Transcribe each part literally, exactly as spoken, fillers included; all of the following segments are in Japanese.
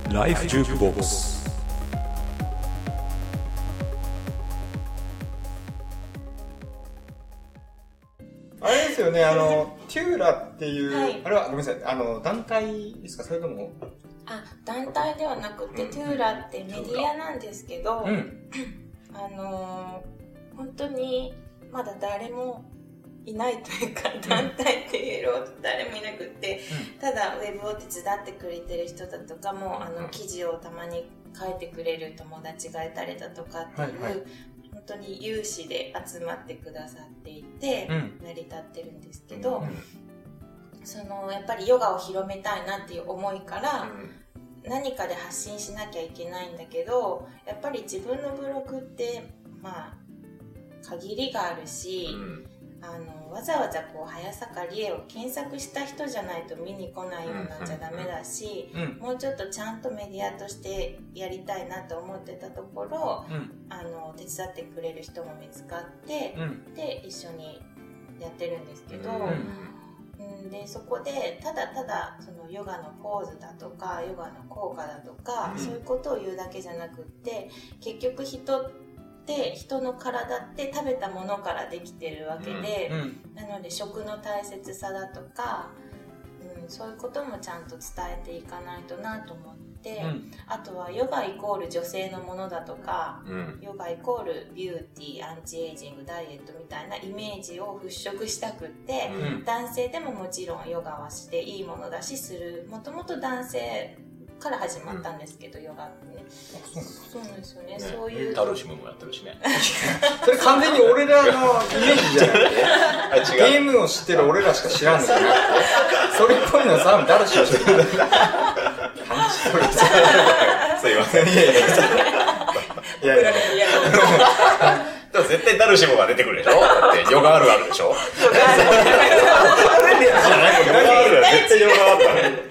ライフジュークボックス。 あれですよね、あのテューラっていう、 はい、あれはごめんなさい、あの団体ですか、それとも？ あ、団体ではなくて、うん、テューラってメディアなんですけど、うん、あのー、本当にまだ誰もいないというか、団体っていうの誰もいなくって、うん、ただウェブを手伝ってくれてる人だとかも、あの記事をたまに書いてくれる友達がいたりだとかっていう、はいはい、本当に有志で集まってくださっていて、うん、成り立ってるんですけど、うん、そのやっぱりヨガを広めたいなっていう思いから、うん、何かで発信しなきゃいけないんだけど、やっぱり自分のブログってまあ限りがあるし、うん、あのわざわざこう早坂理恵を検索した人じゃないと見に来ないようなんじゃダメだし、うんうん、もうちょっとちゃんとメディアとしてやりたいなと思ってたところ、うん、あの手伝ってくれる人も見つかって、うん、で一緒にやってるんですけど、うん、でそこでただただそのヨガのポーズだとかヨガの効果だとか、うん、そういうことを言うだけじゃなくって結局人ってで人の体って食べたものからできてるわけで、うんうん、なので食の大切さだとか、うん、そういうこともちゃんと伝えていかないとなと思って、うん、あとはヨガイコール女性のものだとか、うん、ヨガイコールビューティー、アンチエイジング、ダイエットみたいなイメージを払拭したくって、うん、男性でももちろんヨガはしていいものだしする、もともと男性から始まったんですけど、うん、ヨガってね。そうなんですよね。ね、そういう。 ダルシムもやってるしね。 それ完全に俺らのイメージじゃなくて、ゲームを知ってる俺らしか知らんのじゃなくて、それっぽいのはさ、ダルシム知ってる。感じそれ。 すいません。いやいやいや。いやいやいや。でも絶対ダルシムが出てくるでしょ。だってヨガあるあるでしょ。ヨガあるあるは絶対ヨガあったね。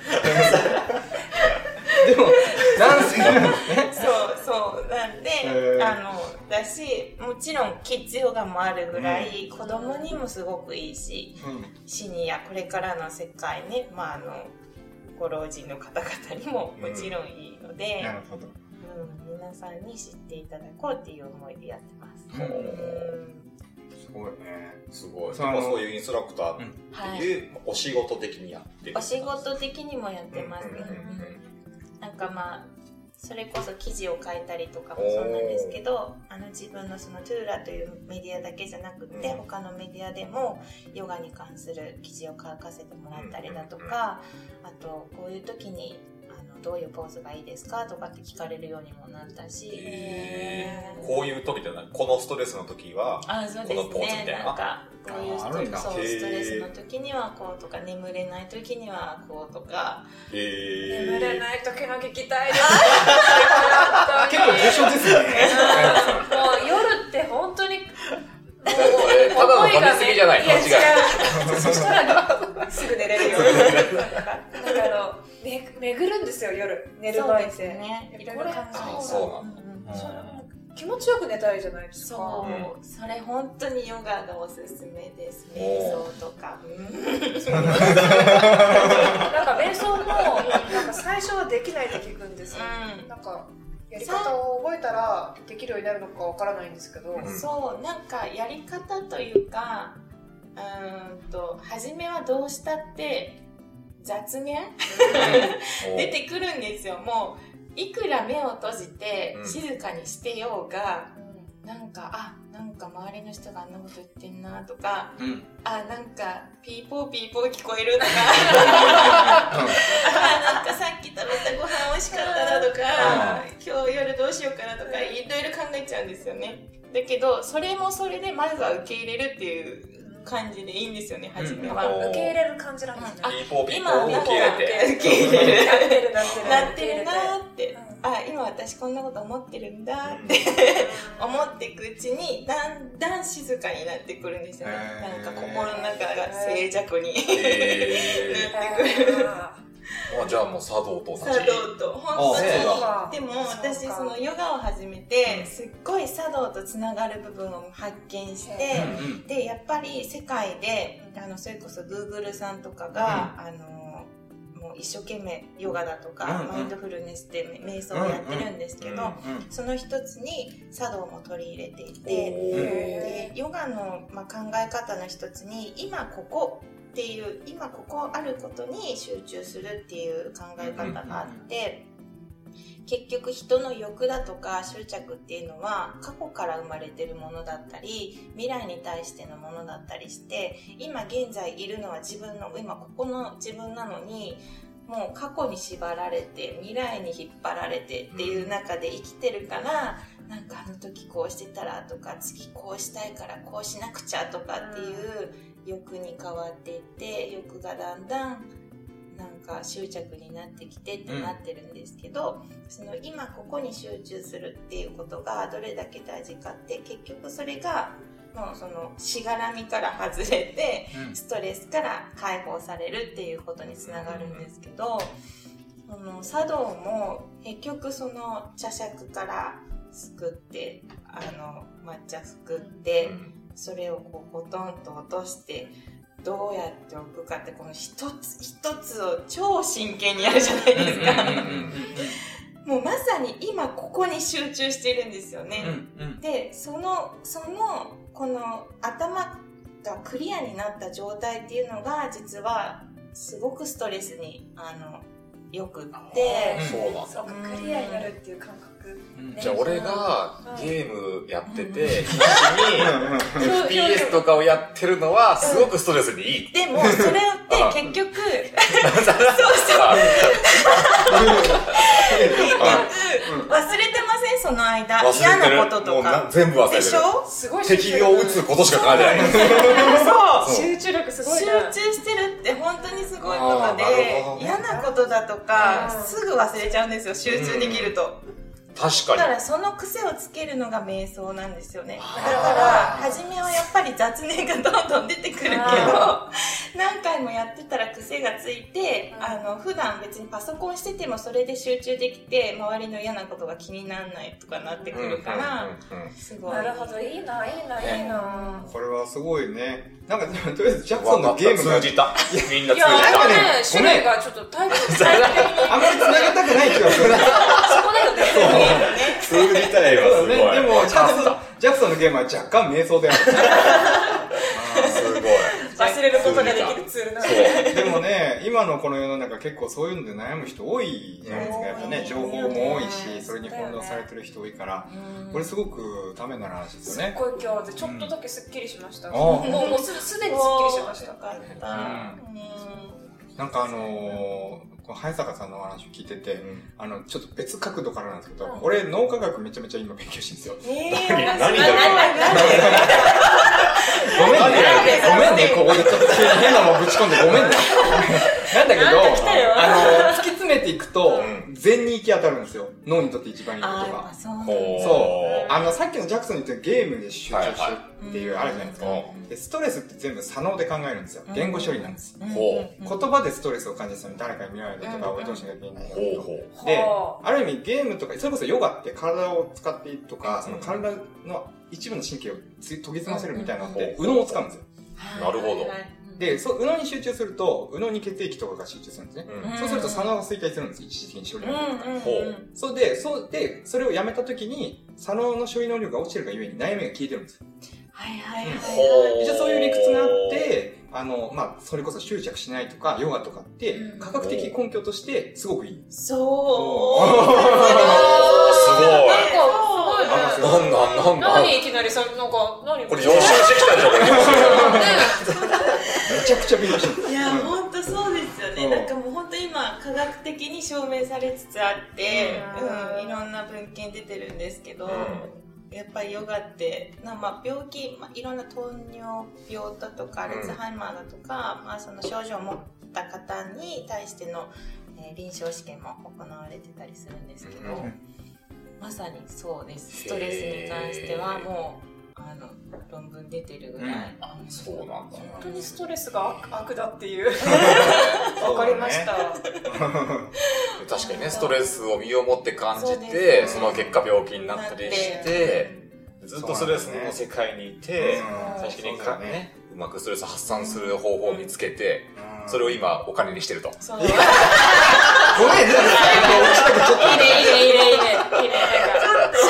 でも男性なんですね。 そうそうなんで、あのだし、もちろんキッズヨガもあるぐらい、うん、子供にもすごくいいし、うん、シニアこれからの世界ね、まああのご老人の方々にももちろんいいので、うん、なるほど、うん、皆さんに知っていただこうっていう思いでやってます。うん、 すごいね。 すごい。そのそういうインストラクターっていう、はい、お仕事的にやってる。 お仕事的にもやってますね。なんかまあそれこそ記事を書いたりとかもそうなんですけど、あの自分のそのトゥーラというメディアだけじゃなくて、うん、他のメディアでもヨガに関する記事を書かせてもらったりだとか、あとこういう時にあのどういうポーズがいいですかとかって聞かれるようにもなったし、 えー、こういう時ってこのストレスの時はあそうですね、 このポーズみたいな、 なんかこういうストレス、そうストレスの時にはこうとか、眠れない時にはこうとか、 眠れない時の聞きたいです結構重症ですよね。 もう夜って本当にただの飲みすぎじゃない。 いや違う。そしたらすぐ寝れるよ。なんかあのめ巡るんですよ夜寝る前って。そうですね。いろいろ考えて。 そうなんだ。 気持ちよく寝たいじゃないですか。 そう、うん、それ本当にヨガがおすすめですね。瞑想とか。 なんか瞑想もなんか最初はできないって聞くんですよ。うん、なんかやり方を覚えたらできるようになるのかわからないんですけど。 うん、そうなんかやり方というか、うーんと初めはどうしたって雑念出てくるんですよ。もう。いくら目を閉じて静かにしてようが、うん、なんかあなんか周りの人があんなこと言ってんなとか、うん、あなんかピーポーピーポー聞こえるとかあなんかさっき食べたご飯美味しかったなとか、うん、今日夜どうしようかなとかいろいろ考えちゃうんですよね。だけどそれもそれでまずは受け入れるっていう感じでいいんですよね、初めは、 うん、受け入れる感じなんですね。 ピーポーピーポー受け入れて受け入れるなってるなってるなって、うん、あ今私こんなこと思ってるんだって思っていくうちにだんだん静かになってくるんですよね。なんか心の中が静寂になってくる。 あじゃあもう茶道と同じ。 茶道と本当に。でも私そのヨガを始めてすっごい茶道とつながる部分を発見して、うん、でやっぱり世界であのそれこそ Google さんとかが、うん、あのもう一生懸命ヨガだとか、うんうん、マインドフルネスで瞑想をやってるんですけど、うんうん、その一つに茶道も取り入れていて、でヨガの、まあ、考え方の一つに今ここっていう今ここあることに集中するっていう考え方があって、結局人の欲だとか執着っていうのは過去から生まれてるものだったり未来に対してのものだったりして、今現在いるのは自分の今ここの自分なのに、もう過去に縛られて未来に引っ張られてっていう中で生きてるから、なんかあの時こうしてたらとか次こうしたいからこうしなくちゃとかっていう欲に変わっていって、欲がだんだんなんか執着になってきてってなってるんですけど、うん、その今ここに集中するっていうことがどれだけ大事かって、結局それがもうそのしがらみから外れて、うん、ストレスから解放されるっていうことにつながるんですけど、その茶道も結局その茶杓からすくってあの抹茶すくって、うん、それをこうポトンと落としてどうやって置くかって、この一つ一つを超真剣にやるじゃないですか。もうまさに今ここに集中してるんですよね。うんうん、で、そのそのこの頭がクリアになった状態っていうのが実はすごくストレスにあのよくって、 そうなんだ。 そうか、クリアになるっていう感覚。 じゃあ俺がゲームやってて、必死に エフピーエス とかをやってるのはすごくストレスにいい。 でもそれって結局、そうそう。忘れてませんその間。嫌なこととか。 全部忘れてる。でしょ？すごい敵を撃つことしか考えてない。 そう。集中力すごいな。 集中してるって本当にすごいことで、嫌なことだとかすぐ忘れちゃうんですよ、集中できると。 確かに。 だからその癖をつけるのが瞑想なんですよね。だから初めはやっぱり雑念がどんどん出てくるけど、何回もやってたら癖がついて、あの普段別にパソコンしててもそれで集中できて、周りの嫌なことが気にならないとかなってくるから、すごい。 なるほど、いいな、いいな、いいな。 これはすごいね。なんかとりあえずジャクソンのゲームが通じた。みんな通じた。 いや、あれね、種類がちょっとタイプ的に。 あんまり繋げたくない気がする。 そこだよね。 通じたいわ、すごい。 でもジャクソン、ジャクソンのゲームは若干瞑想である。 すごい。 忘れることができるツールなんで。 でもね、今のこの世の中結構そういうので悩む人多いじゃないですか。やっぱね、情報も多いし、それに翻弄されてる人多いから、これすごくためになる話ですよね。 すっごい今日でちょっとだけスッキリしました。もうもうすすでにスッキリしました。 なんかあのー、この早坂さんのお話を聞いてて、うん、あの、ちょっと別角度からなんですけど、うん、俺、脳科学めちゃめちゃ今勉強してるんですよ。えー、何何何ごめんね。ごめんね、ここでちょっと変なもんぶち込んでごめんね。なんだけど、あの、突き詰めていくと、禅に行き当たるんですよ。脳にとって一番いいことが。そう。あの、さっきのジャクソンに言ったゲームで集中するっていうあるじゃないですか。で、ストレスって全部左脳で考えるんですよ。言語処理なんです。言葉でストレスを感じたのに誰かに見られるとか、俺どうしなきゃいけないとか。で、ある意味ゲームとか、それこそヨガって体を使っていくとか、その体の一部の神経を研ぎ澄ませるみたいなのって、右脳を使うんですよ。 なるほど。 で、そう、右脳に集中すると、右脳に血液とかが集中するんですね。うん、そうすると左脳が衰退するんです。一時的に処理能力が。うんうん、そうで、そうで、それをやめたときに、左脳の処理能力が落ちてるがゆえに悩みが消えてるんですよ。 はいはいはい、 うん。一応そういう理屈があって、あの、まあ、それこそ執着しないとか、ヨガとかって、科学的根拠としてすごくいい。 そう。 すごい。 なんなんなんなん何いきなりさ、なんか、何これ予習してきたんじゃん、これ。 めちゃくちゃ勉強してる。 いや、ほんとそうですよね。なんかもうほんと今、科学的に証明されつつあって、うん、いろんな文献出てるんですけど、やっぱりヨガって、まあ、病気、まあ、いろんな糖尿病だとか、アルツハイマーだとか、まあ、その症状を持った方に対しての、えー、臨床試験も行われてたりするんですけど、まさにそうです。ストレスに関してはもうあの論文出てるぐらい、うん、 そうなんだ。 本当にストレスが 悪, 悪だっていうわかりました。 確かにね、ストレスを身をもって感じて、そ, その結果病気になったりして、ずっとストレスの世界にいて、最終的にか、ね、うまくストレス発散する方法を見つけて、うん、それを今お金にしてると。そう。ごめん、 なんかちょっと。いいね、いいね、いいね、いいね。いいね。なんか、幸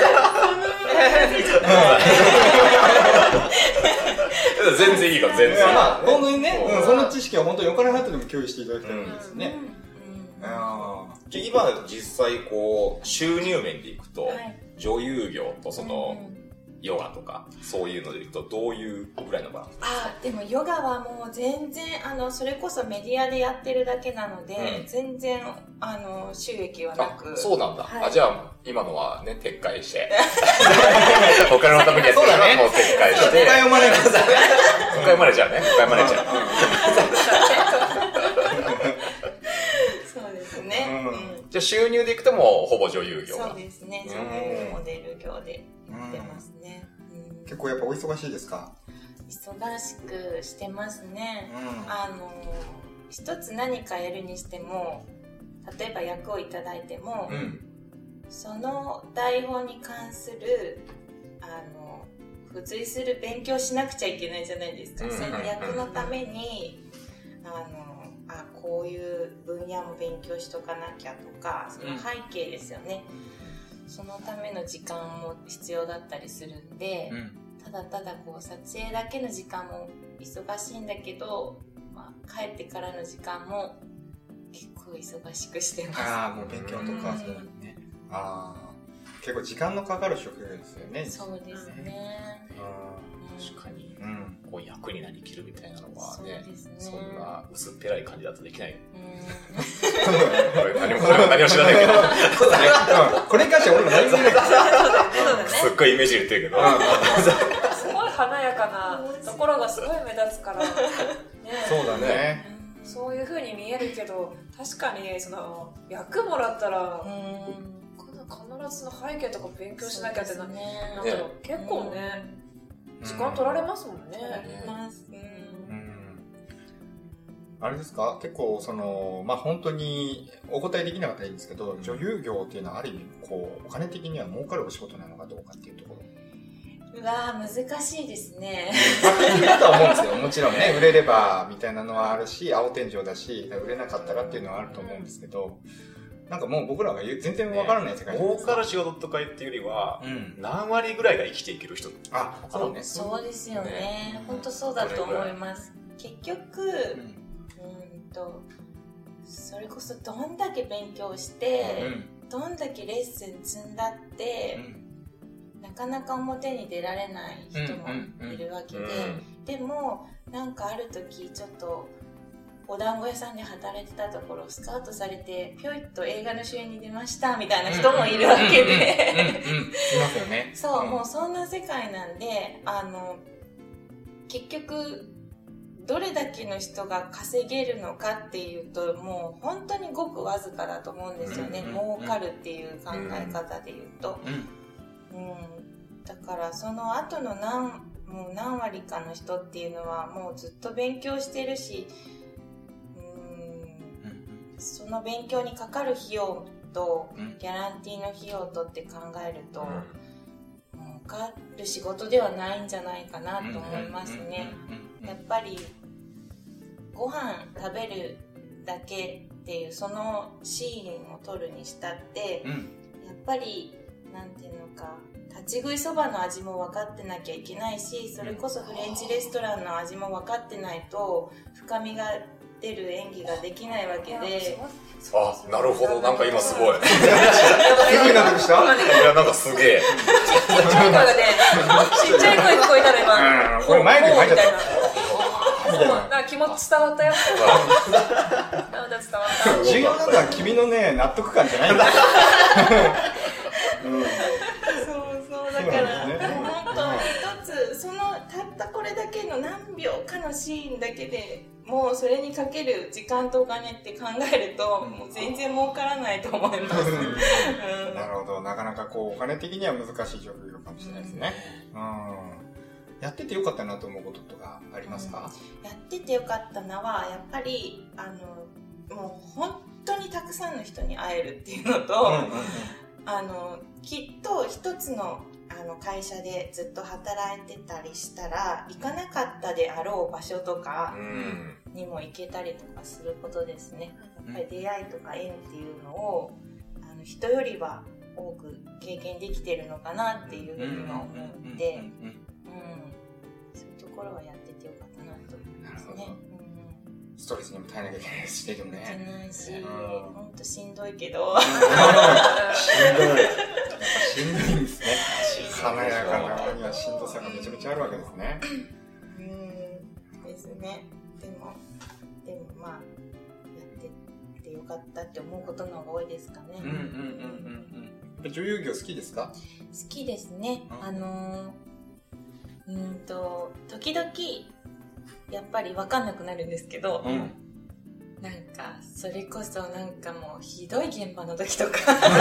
せ全然いいから、全然。 まあ、本当にね、うん、その知識は本当にお金払ってでも共有していただきたいんですね。 うんうん、今実際こう収入面でいくと、はい、女優業とその、うんヨガとかそういうのでいくとどういうぐらいのバランスですか？ あでもヨガはもう全然あのそれこそメディアでやってるだけなので、うん、全然あの収益はなく。 あそうなんだ、はい、あじゃあ今のはね撤回して他のためにやってるのはもう撤回して誤解を招く誤解マネージャーね誤解マネージャーそうですね、うんうん、じゃあ収入でいくともほぼ女優業。 そうですね、女優モデル業でやってますね、 うんうん、結構やっぱお忙しいですか？ 忙しくしてますね、うん、あの一つ何かやるにしても例えば役をいただいても、うん、その台本に関するあの付随する勉強しなくちゃいけないじゃないですか、うん、その役のためにあのあこういう分野も勉強しとかなきゃとかその背景ですよね、うん、そのための時間も必要だったりするんで、うん、ただただこう撮影だけの時間も忙しいんだけど、まあ、帰ってからの時間も結構忙しくしてます。 ああもう勉強とかそうだね、うん、ああ結構時間のかかる職業ですよね。 そうですね、 うん、確かに、うん、こう役になりきるみたいなのはね、そうですね、そんな薄っぺらい感じだとできない。うん何も何も知らないけどこれに関しては俺も何もないすっごいイメージ言ってるけどすごい華やかなところがすごい目立つから、ね、 そうだね、 そういう風に見えるけど確かにその役もらったら必ずその背景とか勉強しなきゃってな、ね、なったら結構ね、うん、時間取られますもんね。 あれですか結構そのまあ本当にお答えできなかったらいいんですけど、うん、女優業っていうのはある意味こうお金的には儲かるお仕事なのかどうかっていうところ。 うわー難しいですね。 まあいいなとは思うんですよ。もちろんね売れればみたいなのはあるし青天井だし売れなかったらっていうのはあると思うんですけど。なんかもう僕らが全然わからない世界儲かる仕事とかっていうよりは、うん、何割ぐらいが生きていける人。 あ、そうね。 そうですよね。本当そうだと思います。結局、うん、うんとそれこそどんだけ勉強して、うん、どんだけレッスン積んだって、うん、なかなか表に出られない人もいるわけで、うんうんうん、でもなんかある時ちょっとお団子屋さんで働いてたところスカウトされてぴょいっと映画の主演に出ましたみたいな人もいるわけで、いますよね。 そう、もうそんな世界なんで、あの結局どれだけの人が稼げるのかっていうともう本当にごくわずかだと思うんですよね、うんうんうん、儲かるっていう考え方でいうと、うんうん、だからその後の何もう何割かの人っていうのはもうずっと勉強してるし、その勉強にかかる費用とギャランティーの費用とって考えると、うん、儲かる仕事ではないんじゃないかなと思いますね。やっぱりご飯食べるだけっていうそのシーンを撮るにしたって、うん、やっぱりなんていうのか立ち食いそばの味も分かってなきゃいけないし、それこそフレンチレストランの味も分かってないと深みが出る演技ができないわけで。 あ、なるほど。なんか今すごい。 すごい納得した？ いや、なんかすげえ。 ちっちゃい声がね、ちっちゃい声聞こえたら今。 これ前に入っちゃった。 そう、なんか気持ち伝わったよ。伝わった。 重要なのは君のね、納得感じゃないんだよ。 そうそう、だから、本当に一つ、そのたったこれだけの何秒かのシーンだけで、もうそれにかける時間とお金って考えると、もう全然儲からないと思います。うん、 なるほど、なかなかこうお金的には難しい状況かもしれないですね。うん、やっててよかったなと思うこととかありますか？ うん、やっててよかったのはやっぱりあのもう本当にたくさんの人に会えるっていうのと、うんうんうん、あのきっと一つのああの会社でずっと働いてたりしたら行かなかったであろう場所とかにも行けたりとかすることですね。やっぱり出会いとか縁っていうのをあの人よりは多く経験できてるのかなっていうふうには思って、うん、そういうところはやっててよかったなと思いますね。 うん、ストレスにも耐えなきゃいけないですね。でもね。 耐えないし、本当しんどいけど。 しんどい。しんどいですね。華やかな割にはしんどさがめちゃめちゃあるわけですね。 うんですね。でもでもまあやっててよかったって思うことの方が多いですかね。 うんうんうんうんうん。女優業好きですか？ 好きですね。あのー、うんと時々やっぱり分かんなくなるんですけど。うん、なんかそれこそなんかもうひどい現場の時とか知りたいです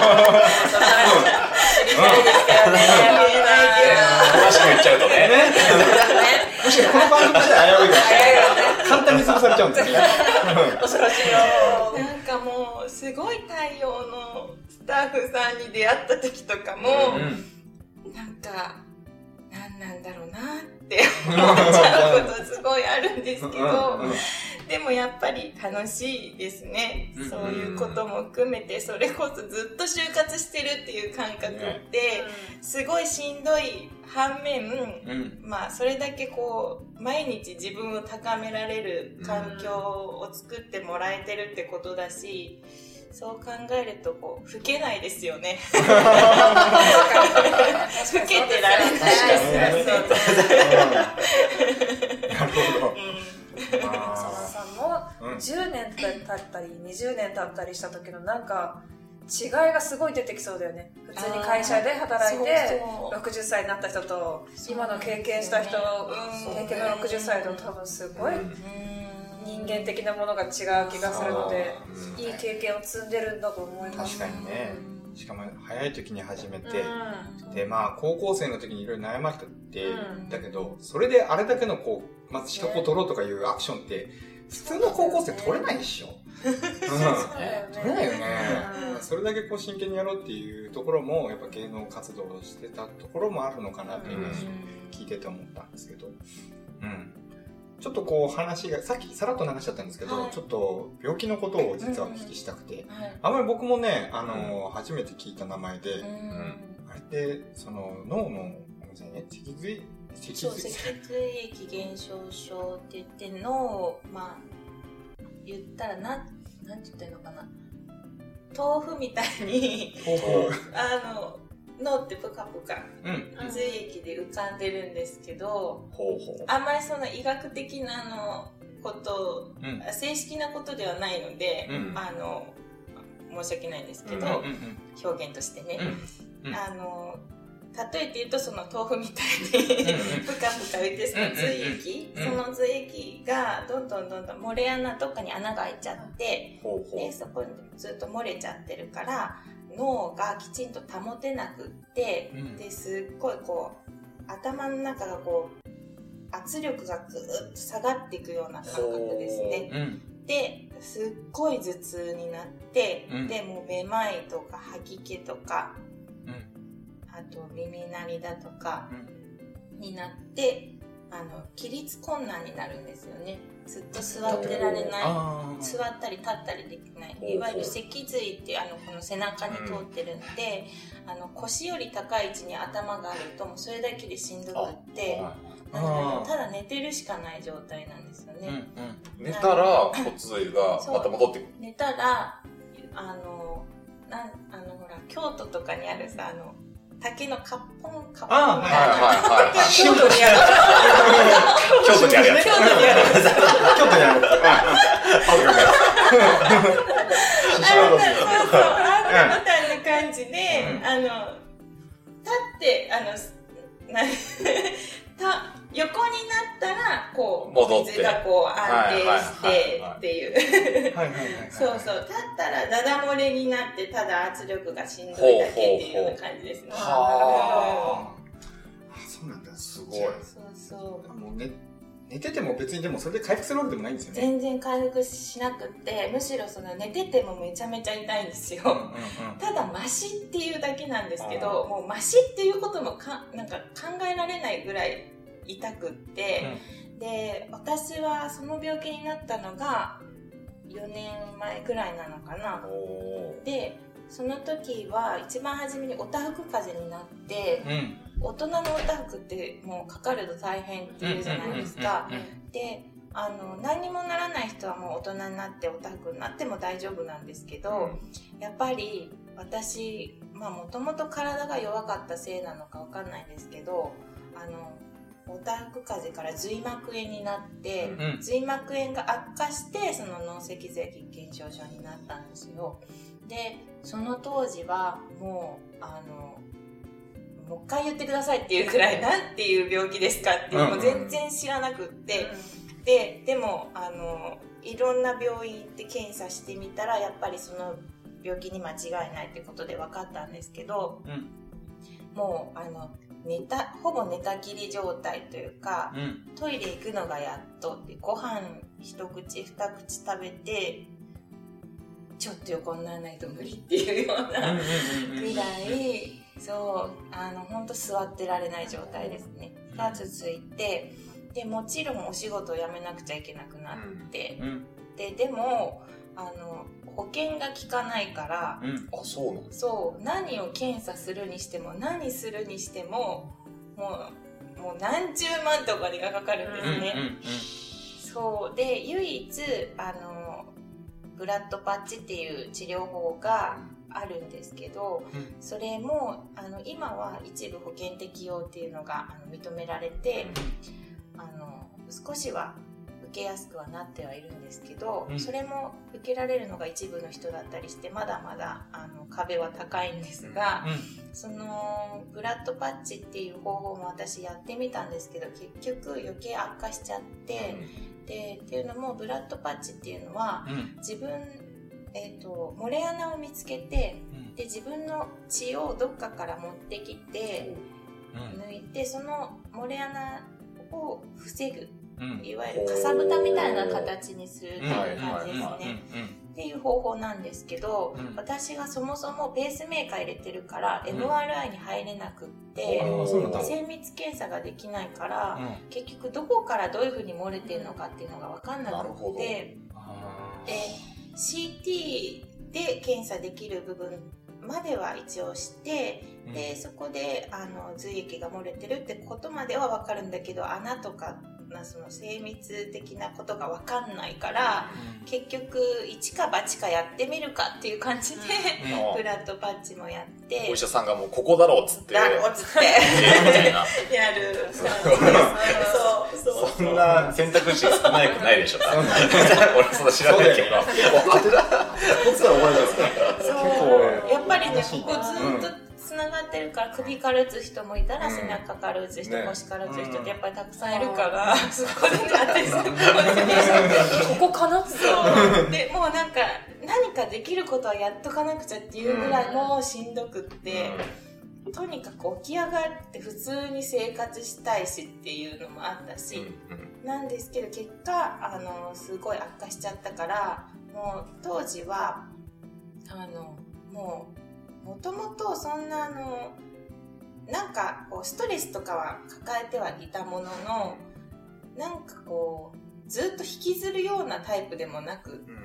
からね。言えないけど詳しく言っちゃうとね。 もしかこの番組で危ういです簡単に潰されちゃうんですよ。 恐ろしいよ。 なんかもうすごい対応のスタッフさんに出会った時とかも、うん、なんか何なんだろうなって思っちゃうことすごいあるんですけど、でもやっぱり楽しいですね。そういうことも含めて、それこそずっと就活してるっていう感覚ってすごいしんどい反面、うん、まあそれだけこう毎日自分を高められる環境を作ってもらえてるってことだし、そう考えるとこう老けないですよね。老けてられないですよね。 なるほど。 佐野さんもじゅうねん経ったりにじゅうねん経ったりした時のなんか違いがすごい出てきそうだよね。普通に会社で働いてろくじゅっさいになった人と今の経験した人、経験のろくじゅっさいと多分すごい人間的なものが違う気がするので、いい経験を積んでるんだと思います。 確かにね。しかも早い時に始めて、うん、でまあ高校生の時にいろいろ悩まれたって、うん、だけどそれであれだけのこうまず資格を取ろうとかいうアクションって普通の高校生取れないでしょ。取れないよね。うん、それだけこう真剣にやろうっていうところもやっぱ芸能活動をしてたところもあるのかなって今聞いてて思ったんですけど、うん。ちょっとこう話がさっきさらっと流しちゃったんですけど、はい、ちょっと病気のことを実はお聞きしたくて、うんはい、あんまり僕もねあの、うん、初めて聞いた名前で、うん、あれってその脳の脊髄脊髄液減少症って言って脳をまあ言ったらなんなんて言ったらいいのかな、豆腐みたいにあの脳ってプカプカ髄液で浮かんでるんですけど、うん、あんまりその医学的なのこと、うん、正式なことではないので、うん、あの申し訳ないんですけど、うんうんうん、表現としてね、うんうん、あの例えて言うとその豆腐みたいにプカプカ浮いてその髄液、うんうん、その髄液がどんどんどんどん漏れ穴どっかに穴が開いちゃって、うん、でそこにずっと漏れちゃってるから脳がきちんと保てなくって、うん、ですっごいこう頭の中がこう圧力がぐーっと下がっていくような感覚ですね、うん、ですっごい頭痛になって、うん、でもうめまいとか吐き気とか、うん、あと耳鳴りだとかになって、あの起立困難になるんですよね。ずっと座ってられない、座ったり立ったりできない、いわゆる脊髄ってあのこの背中に通ってるんで、うん、あの腰より高い位置に頭があるともうそれだけでしんどくって、なのでただ寝てるしかない状態なんですよね、 うんうん、寝たら骨髄がまた戻ってくる。 寝たらあのなんあのほら京都とかにあるさあの竹のカッポンカッポンみたいな京都にある京都にあるやつ京都にあるやつ京都にあるやつあんなみたいな感じで、うん、あの立ってあのなた横になったらこう水がこう安定してっていうそうそう、立ったらダダ漏れになってただ圧力がしんどいだけっていうような感じですね。 はあ、そうなんだ、 すごい。 そうそう。 もうね、 寝てても別にでもそれで回復するわけでもないんですよね。 全然回復しなくって、むしろその寝ててもめちゃめちゃ痛いんですよ。うんうんうん、ただマシっていうだけなんですけど、もうマシっていうこともかなんか考えられないぐらい痛くって、うん、で私はその病気になったのがよねんまえぐらいなのかな。でその時は一番初めにおたふく風邪になって、うん、大人のおたふくってもうかかると大変っていうじゃないですか。であの何にもならない人はもう大人になっておたふくになっても大丈夫なんですけど、うん、やっぱり私まあもともと体が弱かったせいなのかわかんないですけど、あのおたふく風邪から髄膜炎になって、うん、髄膜炎が悪化してその脳脊髄液減少症になったんですよ。でその当時はもうあのもう一回言ってくださいっていうくらいなんていう病気ですかっていうのも全然知らなくって、うん、ででもあのいろんな病院行って検査してみたらやっぱりその病気に間違いないってことで分かったんですけど、うん、もうあの寝たほぼ寝たきり状態というか、うん、トイレ行くのがやっとってご飯一口二口食べてちょっと横にならないと無理っていうようなぐらい、そうあの本当座ってられない状態ですねが続いて、でもちろんお仕事を辞めなくちゃいけなくなって、うん、ででもあの保険が効かないから、 うん、あそうなんそう何を検査するにしても何するにしてももうもう何十万とかでがかかるんですね、うんうんうん、そうで唯一あのブラッドパッチっていう治療法があるんですけど、うん、それもあの今は一部保険適用っていうのがあの認められて、うん、あの少しは受けやすくはなってはいるんですけど、うん、それも受けられるのが一部の人だったりしてまだまだあの壁は高いんですが、うん、そのブラッドパッチっていう方法も私やってみたんですけど結局余計悪化しちゃって、うんでっていうのもブラッドパッチっていうのは、うん、自分、えーと、漏れ穴を見つけて、うん、で自分の血をどっかから持ってきて、うん、抜いてその漏れ穴を防ぐ、うん、いわゆるかさぶたみたいな形にするという感じですねっていう方法なんですけど、うん、私がそもそもペースメーカー入れてるから、うん、エムアールアイ に入れなくって、うん、精密検査ができないから、うん、結局どこからどういうふうに漏れてるのかっていうのが分かんなくってで シーティー で検査できる部分までは一応して、うん、でそこであの髄液が漏れてるってことまでは分かるんだけど穴とかその精密的なことが分かんないから、うん、結局一か八かやってみるかっていう感じで、うん、ブラッドパッチもやってお医者さんがもうここだろうっつってだろうっつってやるそうそうそんな選択肢少ないくないでしょ俺そんな知らないけど当てた僕ら覚えてますかそうやっぱりねここずっと、うんつながってるから首から打つ人もいたら、うん、背中から打つ人、ね、腰から打つ人ってやっぱりたくさんいるから、うん、そこでね当ててここかなってそうでもうなんか何かできることはやっとかなくちゃっていうぐらいもうしんどくって、うん、とにかく起き上がって普通に生活したいしっていうのもあったし、うん、なんですけど結果あのすごい悪化しちゃったからもう当時はあのもうもともとそんなあのなんかこうストレスとかは抱えてはいたもののなんかこうずっと引きずるようなタイプでもなくって、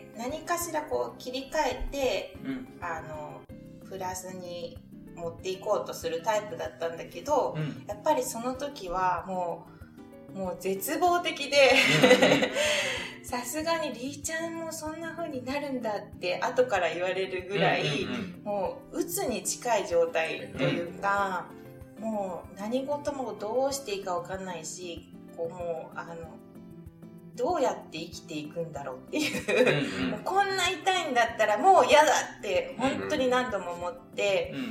うん、何かしらこう切り替えて、うん、あのプラスに持っていこうとするタイプだったんだけど、うん、やっぱりその時はもうもう絶望的でさすがにりーちゃんもそんな風になるんだって後から言われるぐらい、うんうんうん、もう鬱に近い状態というか、うん、もう何事もどうしていいか分かんないしこうもうあのどうやって生きていくんだろうっていう、うんうん、もうこんな痛いんだったらもう嫌だって本当に何度も思って、うんうん、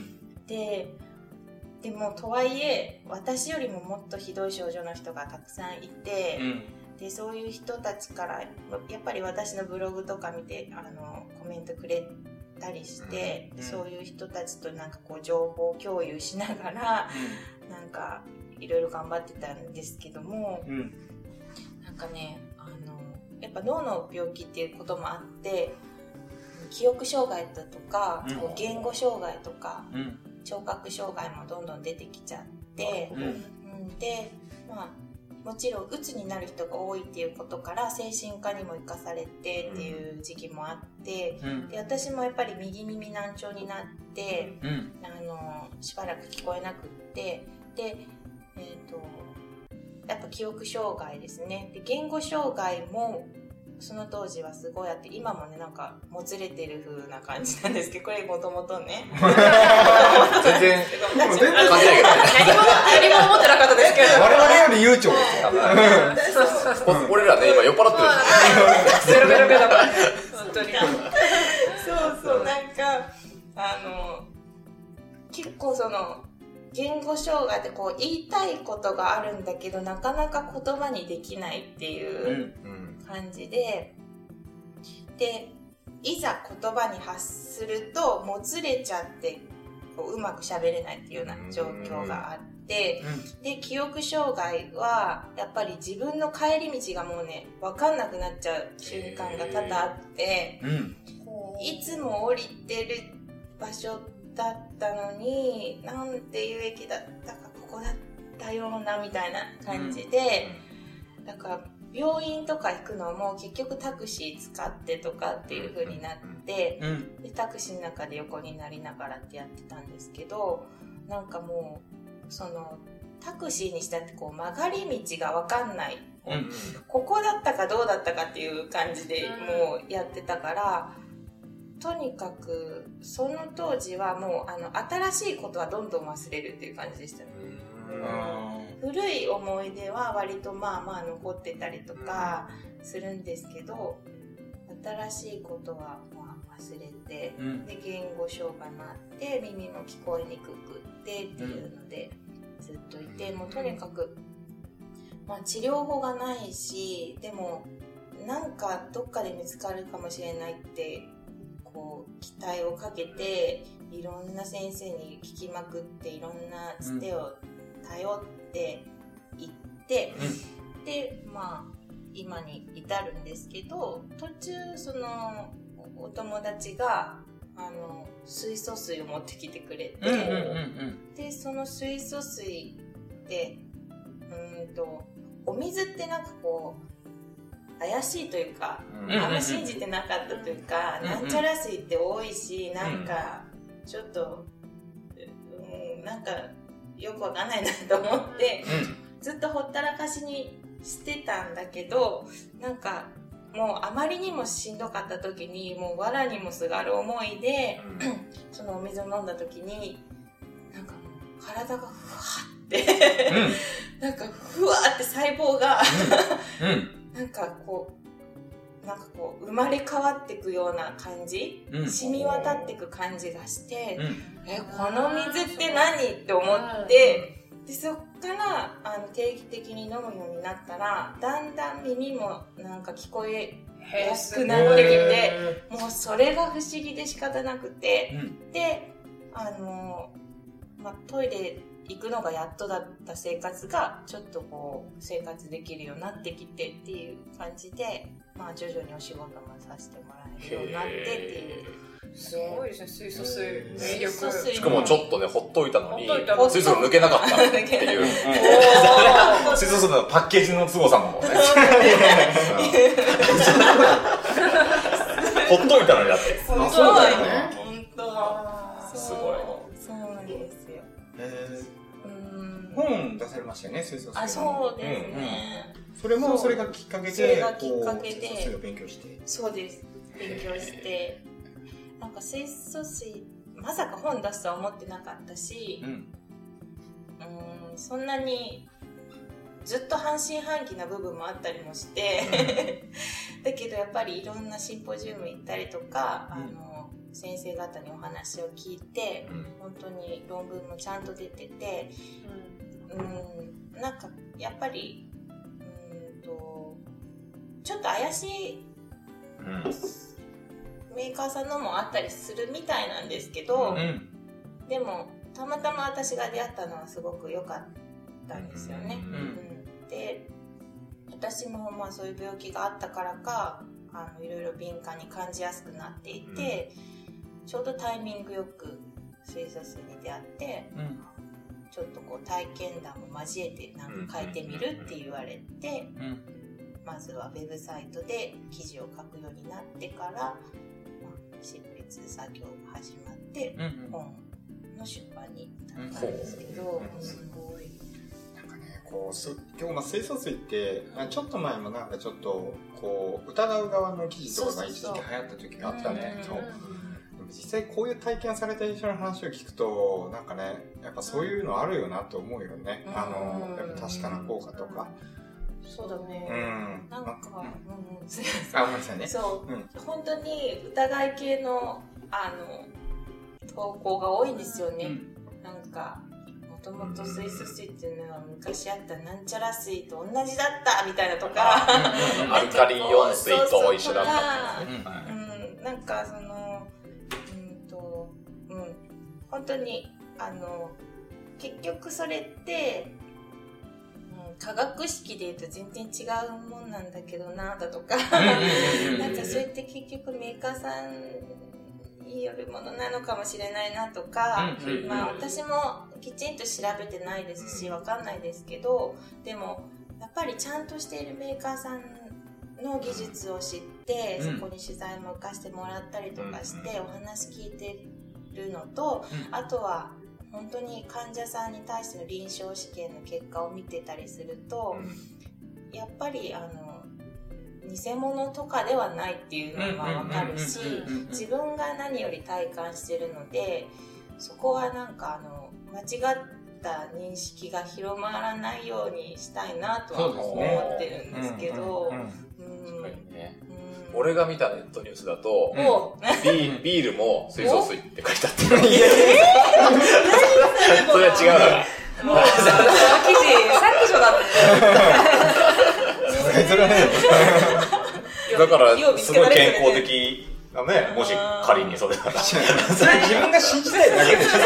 ででもとはいえ私よりももっとひどい症状の人がたくさんいて、うん、でそういう人たちからやっぱり私のブログとか見てあのコメントくれたりして、うん、そういう人たちとなんかこう情報共有しながら、うん、なんかいろいろ頑張ってたんですけども、うん、 なんかね、あのやっぱ脳の病気っていうこともあって記憶障害だとか、うん、言語障害とか、うん、聴覚障害もどんどん出てきちゃって、うんうん、で、まあ、もちろんうつになる人が多いっていうことから精神科にも行かされてっていう時期もあって、うん、で私もやっぱり右耳難聴になって、うん、あのしばらく聞こえなくってで、えーと、やっぱ記憶障害ですね。で言語障害もその当時はすごいあって今もねなんかもつれてる風な感じなんですけどこれもともとね全然全然関係ない何も持ってなかったですけど我々より悠長ですよ俺らね今酔っ払ってるベロベロベロだからね本当にそうそうなんかあの結構その言語障害ってこう言いたいことがあるんだけどなかなか言葉にできないっていう感じで、うんうん、でいざ言葉に発するともつれちゃってこううまく喋れないっていうような状況があって、うん、で記憶障害はやっぱり自分の帰り道がもうね分かんなくなっちゃう瞬間が多々あって、うん、いつも降りてる場所だったのになんていう駅だったかここだったようなみたいな感じで、うん、だから病院とか行くのも結局タクシー使ってとかっていう風になって、うん、でタクシーの中で横になりながらってやってたんですけどなんかもうそのタクシーにしたってこう曲がり道が分かんない、うん、ここだったかどうだったかっていう感じでもうやってたからとにかくその当時はもうあの新しいことはどんどん忘れるっていう感じでしたね。うん、古い思い出は割とまあまあ残ってたりとかするんですけど新しいことはまあ忘れて、うん、で言語障害もあって耳も聞こえにくくってっていうのでずっといてもうとにかく、まあ、治療法がないしでもなんかどっかで見つかるかもしれないってこう期待をかけていろんな先生に聞きまくっていろんなつてを頼っていって、うん、でまあ今に至るんですけど途中そのお友達があの水素水を持ってきてくれて、うんうんうんうん、でその水素水でうんとお水ってなんかこう怪しいというか、うん、あんま信じてなかったというか、うん、なんちゃら水って多いし、うん、なんかちょっと、うん、なんかよくわかんないなと思って、うん、ずっとほったらかしにしてたんだけどなんかもうあまりにもしんどかった時にもう藁にもすがる思いで、うん、そのお水を飲んだ時になんかもう体がふわって、うん、なんかふわって細胞が、うんうんなんかこう、なんかこう生まれ変わっていくような感じ、うん、染み渡っていく感じがして、うん、えこの水って何って思って、でそっからあの定期的に飲むようになったらだんだん耳もなんか聞こえやすくなってきて、もうそれが不思議で仕方なくて、うん、であの、まあ、トイレ行くのがやっとだった生活がちょっとこう生活できるようになってきてっていう感じで、まあ、徐々にお仕事もさせてもらえるようになってっていうすごいですね水素水水素水しかもちょっとねほっといたのに水素が抜けなかったっていう水素水のパッケージの凄さもねほっといたのにだってそうだよね本当すごいそうなんですよ本出されましたよね水素水あそうですね、 うん、それもそれがきっかけでそれがきっかけで水素水を勉強してそうです勉強してなんか水素水まさか本出すとは思ってなかったし、うん、うんそんなにずっと半信半疑な部分もあったりもしてだけどやっぱりいろんなシンポジウム行ったりとか、うん、あの先生方にお話を聞いて、うん、本当に論文もちゃんと出てて、うん、うんなんかやっぱりうんとちょっと怪しい、うんメーカーさんのもあったりするみたいなんですけど、うん、でもたまたま私が出会ったのはすごく良かったんですよね、うんうん、で私もまあそういう病気があったからかあのいろいろ敏感に感じやすくなっていて、うん、ちょうどタイミングよく水素水に出会って、うん、ちょっとこう体験談も交えてなんか書いてみるって言われて、うん、まずはウェブサイトで記事を書くようになってから、まあ、執筆作業が始まって、うんうん、本の出版になったんですけど、うん、すごいなんかねこうす今日まあ水素水ってちょっと前もなんかちょっとこう疑う側の記事とかが一時期流行った時があったんだけど、実際こういう体験された人の話を聞くとなんかねやっぱそういうのあるよなと思うよね、うん、あのやっぱ確かな効果とか、 うん、そうだね、 うん、 なんか、うん、 あ、ごめんなさいねそう、うん、本当に疑い系のあの投稿が多いんですよね、うん、なんかもともと水素水っていうのは昔あったなんちゃら水と同じだったみたいなとかアルカリイオン水と一緒だったと、うん、なんかそのうん、本当にあの結局それって、うん、化学式で言うと全然違うもんなんだけどなだとかなんかそれって結局メーカーさんによるものなのかもしれないなとか、まあ、私もきちんと調べてないですしわかんないですけど、でもやっぱりちゃんとしているメーカーさんの技術を知って、うん、そこに取材も受かしてもらったりとかしてお話聞いてるのと、うん、あとは本当に患者さんに対しての臨床試験の結果を見てたりすると、うん、やっぱりあの偽物とかではないっていうのが分かるし、自分が何より体感してるのでそこはなんかあの間違った認識が広まらないようにしたいなとは思ってるんですけど、 俺が見たネットニュースだと、うん、ビ, ビールも水素水って書いてあってる。それは違うだろ。 もう、その記事、削除だって。だから、すごい健康的なね、もし仮にそれなら。それ自分が信じたいだけでしょ。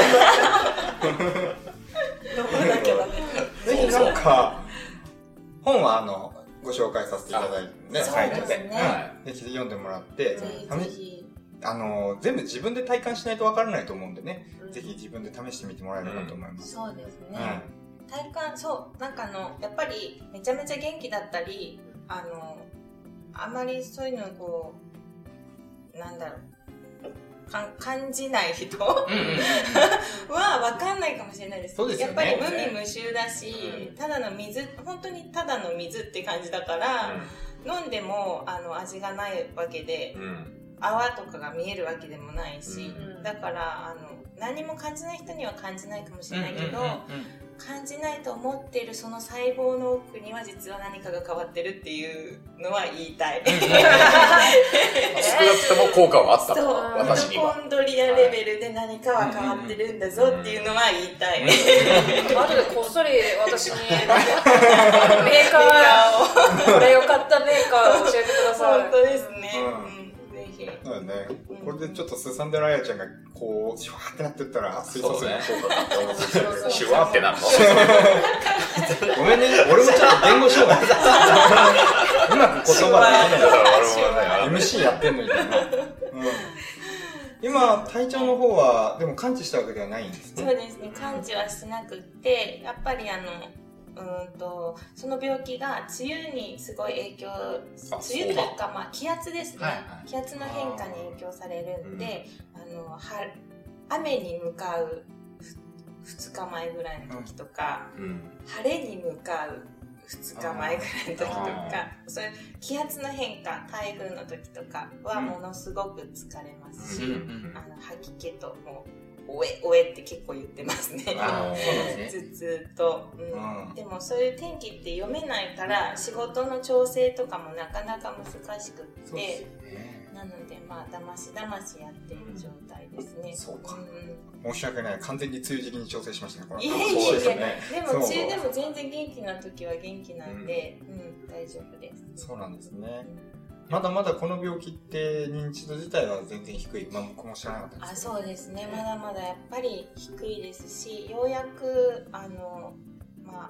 どこだけはね。 ぜひなんか、本はあの、ご紹介させていただいてね、サイトで、はい、ぜひ読んでもらって、あの全部自分で体感しないとわからないと思うんでね、うん、ぜひ自分で試してみてもらえればと思います。 そうですね。うん、体感そうなんかあのやっぱりめちゃめちゃ元気だったり、あのあまりそういうのをこうなんだろう。感じない人は分かんないかもしれないです。 そうですよね。 やっぱり無味無臭だし、うん、ただの水、本当にただの水って感じだから、うん、飲んでもあの味がないわけで、うん、泡とかが見えるわけでもないし、うん、だからあの何も感じない人には感じないかもしれないけど、感じないと思っているその細胞の奥には実は何かが変わってるっていうのは言いたい。少なくとも効果はあったと、私には。 ミトコンドリアレベルで何かは変わってるんだぞっていうのは言いたい。 後でこっそり私にメーカーを、これを買ったメーカーを教えてください。 本当ですね。 そうだね、これでちょっとすさんでるあやちゃんがこうシュワーってなってったら水素水の効果かって思ってシュワーってなるのごめんね、俺もちょっと言語障害うまく言葉できない エムシー やってんのみたいな、うん、今体調の方はでも完治したわけではないんですね。 そうですね、完治はしてなくってやっぱりあのうんとその病気が梅雨にすごい影響、梅雨というか、まあ、気圧ですね、はいはい、気圧の変化に影響されるんで、うん、あのは雨に向かうふつかまえぐらいの時とか、うん、晴れに向かうふつかまえぐらいの時とか、そういう気圧の変化、台風の時とかはものすごく疲れますし、うん、あの吐き気ともうおえおえって結構言ってますね。 あ頭痛と、うんうん、でもそういう天気って読めないから仕事の調整とかもなかなか難しくって、ね、なのでまあだましだましやっている状態ですね。 そうか、うん、申し訳ない、完全に梅雨時期に調整しましたね。これいやいやいや、そうですね、でも梅雨でも全然元気な時は元気なんで、うん、うん、大丈夫です。 そうなんですね。うん、まだまだこの病気って認知度自体は全然低い。まあ、僕も知らなかったんですけど。 あ、そうですね。まだまだやっぱり低いですし、ようやくあのまあテ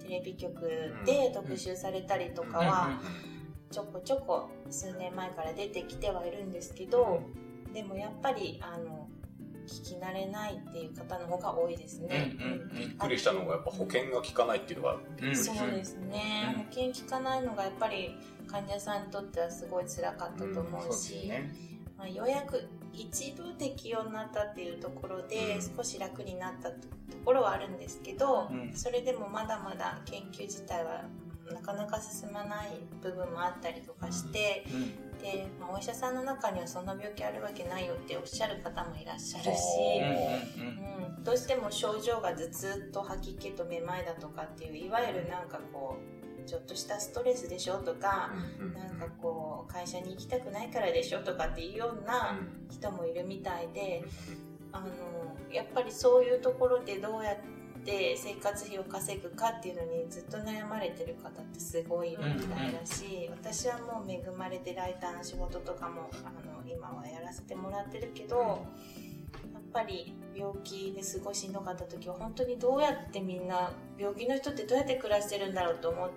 テレビ局で特集されたりとかはちょこちょこ数年前から出てきてはいるんですけど、でもやっぱりあの聞き慣れないっていう方の方が多いですね。 うんうん、びっくりしたのがやっぱ保険が効かないっていうのが、 うん、そうですね、うん、保険効かないのがやっぱり患者さんにとってはすごい辛かったと思うし、うんね、まあ、ようやく一部適用になったっていうところで少し楽になったところはあるんですけど、うん、それでもまだまだ研究自体はなかなか進まない部分もあったりとかして、うんうん、で、まあ、お医者さんの中にはそんな病気あるわけないよっておっしゃる方もいらっしゃるし、うんうん、どうしても症状が頭痛と吐き気とめまいだとかっていういわゆるなんかこうちょっとしたストレスでしょとか、うん、なんかこう会社に行きたくないからでしょとかっていうような人もいるみたいで、あのやっぱりそういうところでどうやってで生活費を稼ぐかっていうのにずっと悩まれてる方ってすごいいるみたいだし、うんうん、私はもう恵まれてライターの仕事とかもあの今はやらせてもらってるけど、やっぱり病気で過ごしんどかった時は本当にどうやってみんな病気の人ってどうやって暮らしてるんだろうと思って、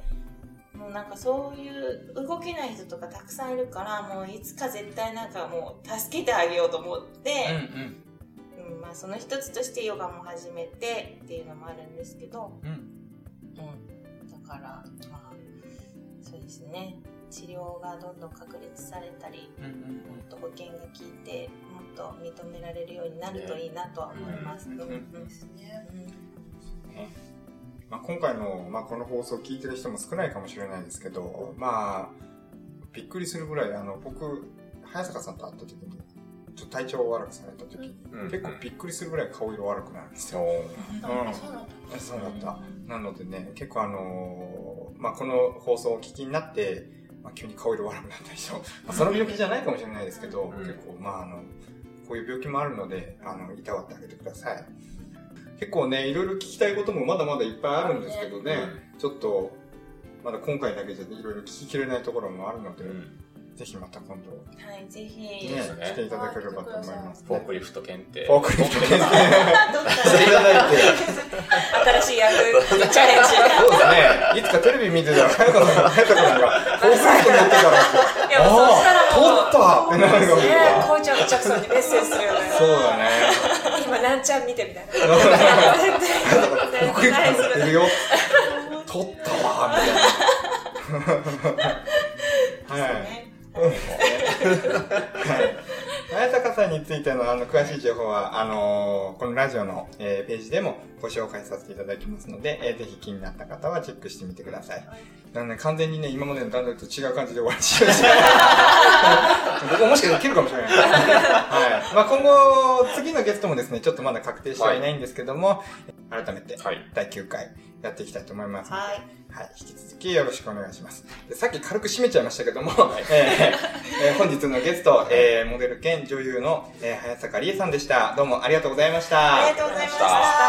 もうなんかそういう動けない人とかたくさんいるから、もういつか絶対なんかもう助けてあげようと思って、うんうんまあ、その一つとしてヨガも始めてっていうのもあるんですけど、うんうん、だからまあそうですね、治療がどんどん確立されたり、うんうん、もっと保険が効いてもっと認められるようになるといいなとは思いますね。 今回の、まあ、この放送を聞いてる人も少ないかもしれないですけど、まあびっくりするぐらいあの僕早坂さんと会った時にちょっと体調を悪くされた時に、うん、結構びっくりするぐらい顔色悪くなるんですよ。うん、そうだった。なのでね、結構あのー、まあこの放送をお聞きになって、まあ、急に顔色悪くなった人、まあ、その病気じゃないかもしれないですけど、うん、結構まああのこういう病気もあるので、あのいたわってあげてください。結構ね、いろいろ聞きたいこともまだまだいっぱいあるんですけどね、うん、ちょっとまだ今回だけじゃいろいろ聞ききれないところもあるので。うん、ぜひまた今度、 はい、ぜひ、 ね、来ていただければと思います、ね。 フォークリフト検定。 フォークリフト検定。していただいて。 新しい役、チャレンジ。 そうですね。いつかテレビ見てたら、早川さんが、早川さんが、フォークリフト乗ってたら、 いや、もうそうしたらもう、 取ったってなるかもしれない。 こうちゃんとジャクソンにメッセージするよね。 そうだね。 今、なんちゃん見てみたいな。 フォークリフト乗ってるよ。取ったわ、みたいな。はい。早坂さんについてのあの詳しい情報はあのー、このラジオの、えー、ページでもご紹介させていただきますので、えー、ぜひ気になった方はチェックしてみてください。なので、ね、完全にね今までの段取りと違う感じで終わりしました僕ももしかしたら切るかもしれない、はいまあ、今後次のゲストもですねちょっとまだ確定してはいないんですけども、はい、改めてだいきゅうかいやっていきたいと思いますので、はいはい、引き続きよろしくお願いします。でさっき軽く締めちゃいましたけども、えーえー、本日のゲスト、えー、モデル兼女優の、えー、早坂理恵さんでした。どうもありがとうございました。 ありがとうございました。